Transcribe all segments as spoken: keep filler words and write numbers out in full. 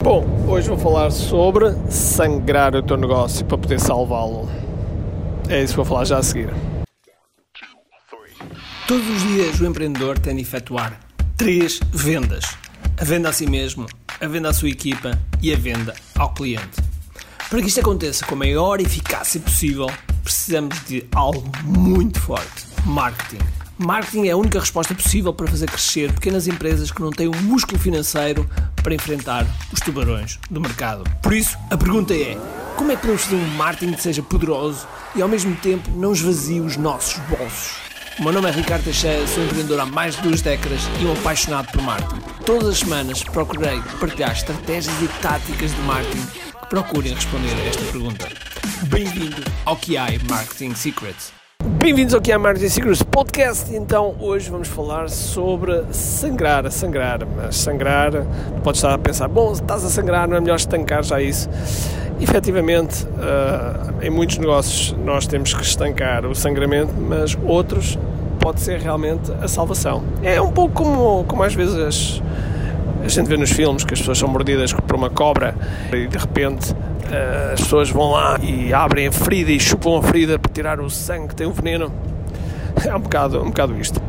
Bom, hoje vou falar sobre sangrar o teu negócio para poder salvá-lo. É isso que vou falar já a seguir. Todos os dias o empreendedor tem de efetuar três vendas. A venda a si mesmo, a venda à sua equipa e a venda ao cliente. Para que isto aconteça com a maior eficácia possível, precisamos de algo muito forte: marketing. Marketing é a única resposta possível para fazer crescer pequenas empresas que não têm um músculo financeiro para enfrentar os tubarões do mercado. Por isso, a pergunta é: como é que podemos fazer um marketing que seja poderoso e ao mesmo tempo não esvazie os nossos bolsos? O meu nome é Ricardo Teixeira, sou empreendedor há mais de duas décadas e um apaixonado por marketing. Todas as semanas procurei partilhar estratégias e táticas de marketing que procurem responder a esta pergunta. Bem-vindo ao Q I Marketing Secrets. Bem-vindos ao Q I Marketing Secrets Podcast. Então, hoje vamos falar sobre sangrar, sangrar. Mas sangrar, tu podes estar a pensar, bom, estás a sangrar, não é melhor estancar já isso? Efetivamente, uh, em muitos negócios nós temos que estancar o sangramento, mas outros pode ser realmente a salvação. É um pouco como, como às vezes as, a gente vê nos filmes, que as pessoas são mordidas por uma cobra e de repente uh, as pessoas vão lá e abrem a ferida e chupam a ferida para tirar o sangue que tem o veneno. É um bocado, um bocado isto.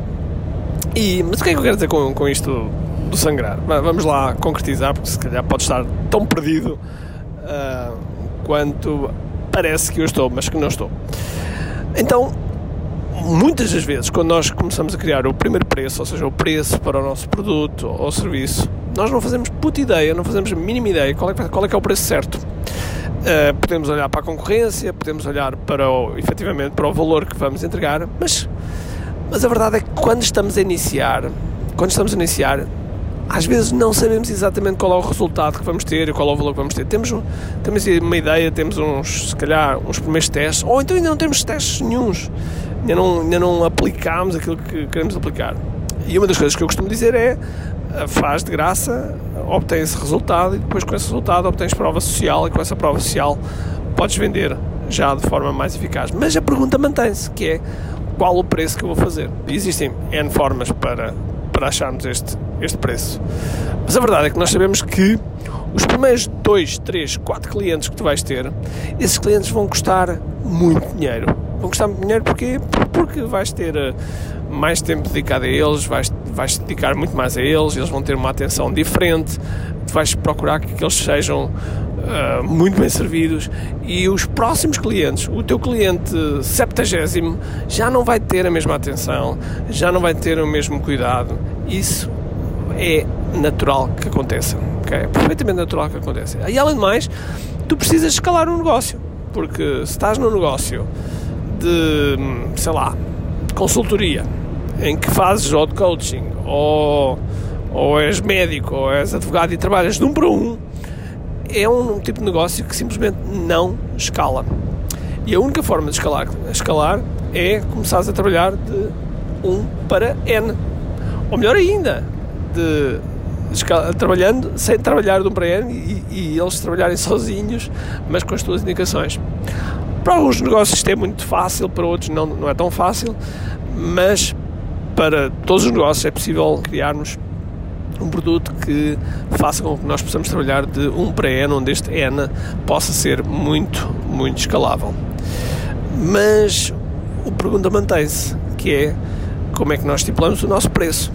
E, mas o que é que eu quero dizer com, com isto do sangrar? Vamos lá concretizar, porque se calhar pode estar tão perdido Uh, quanto parece que eu estou, mas que não estou. Então, muitas das vezes, quando nós começamos a criar o primeiro preço, ou seja, o preço para o nosso produto ou serviço, nós não fazemos puta ideia, não fazemos a mínima ideia qual é, qual é que é o preço certo. Uh, podemos olhar para a concorrência, podemos olhar para o, efetivamente para o valor que vamos entregar, mas, mas a verdade é que quando estamos a iniciar, quando estamos a iniciar, às vezes não sabemos exatamente qual é o resultado que vamos ter e qual é o valor que vamos ter. Temos, temos uma ideia, temos uns, se calhar, uns primeiros testes, ou então ainda não temos testes nenhuns, ainda não, ainda não aplicámos aquilo que queremos aplicar. E uma das coisas que eu costumo dizer é, faz de graça, obtém esse resultado e depois com esse resultado obtens prova social e com essa prova social podes vender já de forma mais eficaz. Mas a pergunta mantém-se, que é, qual o preço que eu vou fazer? E existem N formas para, para acharmos este este preço. Mas a verdade é que nós sabemos que os primeiros dois, três, quatro clientes que tu vais ter, esses clientes vão custar muito dinheiro. Vão custar muito dinheiro porquê? Porque vais ter mais tempo dedicado a eles, vais, vais te dedicar muito mais a eles, eles vão ter uma atenção diferente, tu vais procurar que eles sejam uh, muito bem servidos e os próximos clientes, o teu cliente septagésimo já não vai ter a mesma atenção, já não vai ter o mesmo cuidado. Isso é natural que aconteça, okay? É perfeitamente natural que aconteça. E além de mais, tu precisas escalar um negócio, porque se estás num negócio de, sei lá, consultoria, em que fazes ou de coaching, ou, ou és médico, ou és advogado e trabalhas de um para um, é um, um tipo de negócio que simplesmente não escala. E a única forma de escalar, escalar é começares a trabalhar de um para N. Ou melhor ainda, de, de trabalhando sem trabalhar de um para N e, e eles trabalharem sozinhos, mas com as tuas indicações. Para alguns negócios isto é muito fácil, para outros não, não é tão fácil, mas para todos os negócios é possível criarmos um produto que faça com que nós possamos trabalhar de um para N, onde este N possa ser muito, muito escalável. Mas a pergunta mantém-se, que é: como é que nós estipulamos o nosso preço?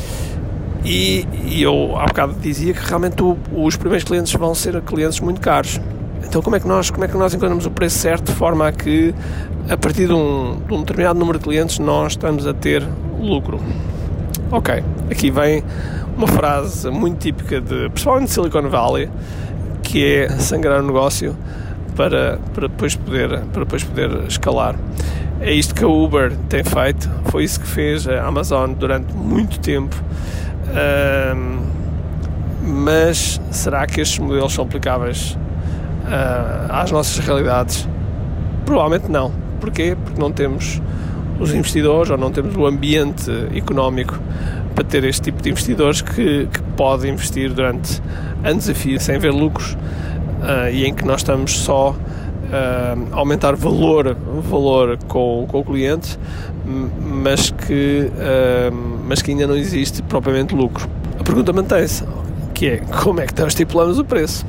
E, e eu há bocado dizia que realmente o, os primeiros clientes vão ser clientes muito caros. Então como é que nós, como é que nós encontramos o preço certo de forma a que a partir de um, de um determinado número de clientes nós estamos a ter lucro? Ok, aqui vem uma frase muito típica de, principalmente de Silicon Valley, que é sangrar o negócio para, para, depois poder, para depois poder escalar. É isto que a Uber tem feito, foi isso que fez a Amazon durante muito tempo. Um, mas será que estes modelos são aplicáveis uh, às nossas realidades? Provavelmente não. Porquê? Porque não temos os investidores ou não temos o ambiente económico para ter este tipo de investidores que, que pode investir durante anos a fio sem ver lucros uh, e em que nós estamos só Uh, aumentar valor, valor com, com o cliente, mas que, uh, mas que ainda não existe propriamente lucro. A pergunta mantém-se: que é como é que nós estipulamos o preço.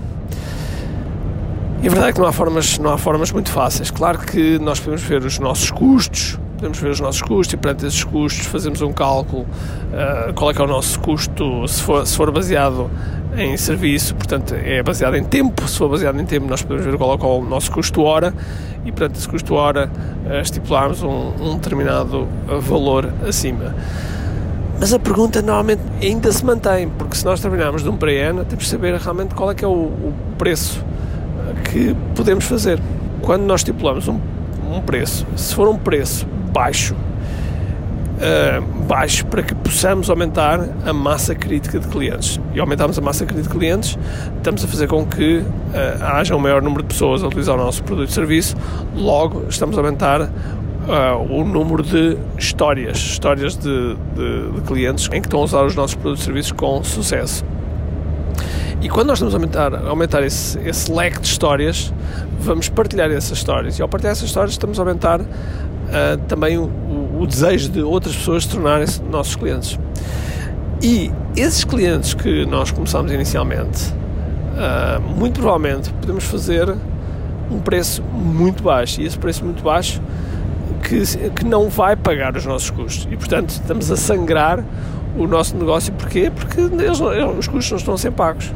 E a verdade é que não há formas, não há formas muito fáceis. Claro que nós podemos ver os nossos custos, podemos ver os nossos custos e perante esses custos fazemos um cálculo, uh, qual é que é o nosso custo, se for, se for baseado em serviço, portanto é baseado em tempo, se for baseado em tempo nós podemos ver qual é, qual é o nosso custo hora e perante esse custo hora uh, estipularmos um, um determinado valor acima. Mas a pergunta normalmente ainda se mantém, porque se nós trabalharmos de um para ano, temos de saber realmente qual é que é o, o preço que podemos fazer. Quando nós estipulamos um, um preço, se for um preço baixo, uh, baixo para que possamos aumentar a massa crítica de clientes, e aumentarmos a massa crítica de clientes, estamos a fazer com que uh, haja um maior número de pessoas a utilizar o nosso produto e serviço, logo estamos a aumentar uh, o número de histórias, histórias de, de, de clientes em que estão a usar os nossos produtos e serviços com sucesso. E quando nós estamos a aumentar, a aumentar esse, esse leque de histórias, vamos partilhar essas histórias. E ao partilhar essas histórias estamos a aumentar uh, também o, o, o desejo de outras pessoas se tornarem-se nossos clientes. E esses clientes que nós começamos inicialmente, uh, muito provavelmente podemos fazer um preço muito baixo. E esse preço muito baixo que, que não vai pagar os nossos custos. E, portanto, estamos a sangrar o nosso negócio. Porquê? Porque eles, os custos não estão a ser pagos.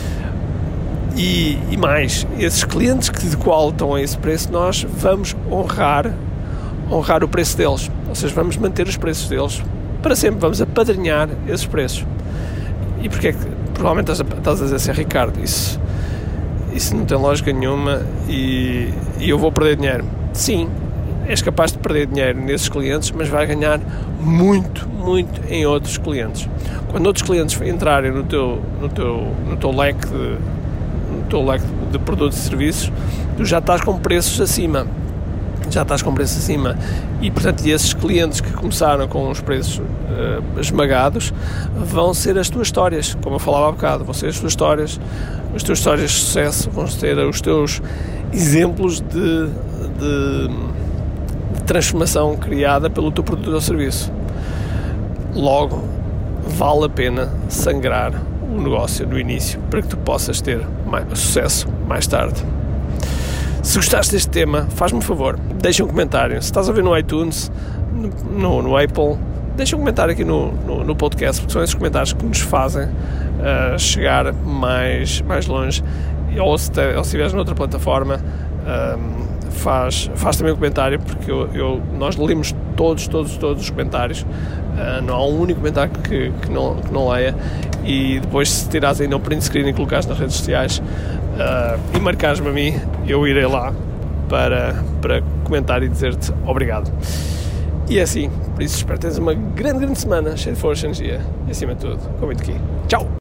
E, e mais, esses clientes que de qual estão a esse preço, nós vamos honrar, honrar o preço deles. Ou seja, vamos manter os preços deles para sempre, vamos apadrinhar esses preços. E porque é que, provavelmente estás a dizer assim, Ricardo, isso, isso não tem lógica nenhuma e, e eu vou perder dinheiro. Sim, és capaz de perder dinheiro nesses clientes, mas vai ganhar muito, muito em outros clientes. Quando outros clientes entrarem no teu, no teu, no teu leque de, no teu leque de produtos e serviços, tu já estás com preços acima. Já estás com preços acima. E, portanto, esses clientes que começaram com os preços uh, esmagados vão ser as tuas histórias, como eu falava há bocado, vão ser as tuas histórias, as tuas histórias de sucesso, vão ser os teus exemplos de, de transformação criada pelo teu produto ou serviço. Logo, vale a pena sangrar o negócio no início para que tu possas ter mais sucesso mais tarde. Se gostaste deste tema, faz-me um favor, deixa um comentário. Se estás a ver no iTunes, no, no Apple, deixa um comentário aqui no, no, no podcast, porque são esses comentários que nos fazem uh, chegar mais, mais longe. Ou se, te, ou se estiveres noutra plataforma, um, Faz, faz também um comentário, porque eu, eu, nós lemos todos, todos, todos os comentários, uh, não há um único comentário que, que, não, que não leia, e depois se tirares ainda um print screen e colocares nas redes sociais uh, e marcares-me a mim, eu irei lá para, para comentar e dizer-te obrigado. E é assim, por isso espero que tenhas uma grande, grande semana, cheia de força e energia, e acima de tudo, com muito aqui. Tchau!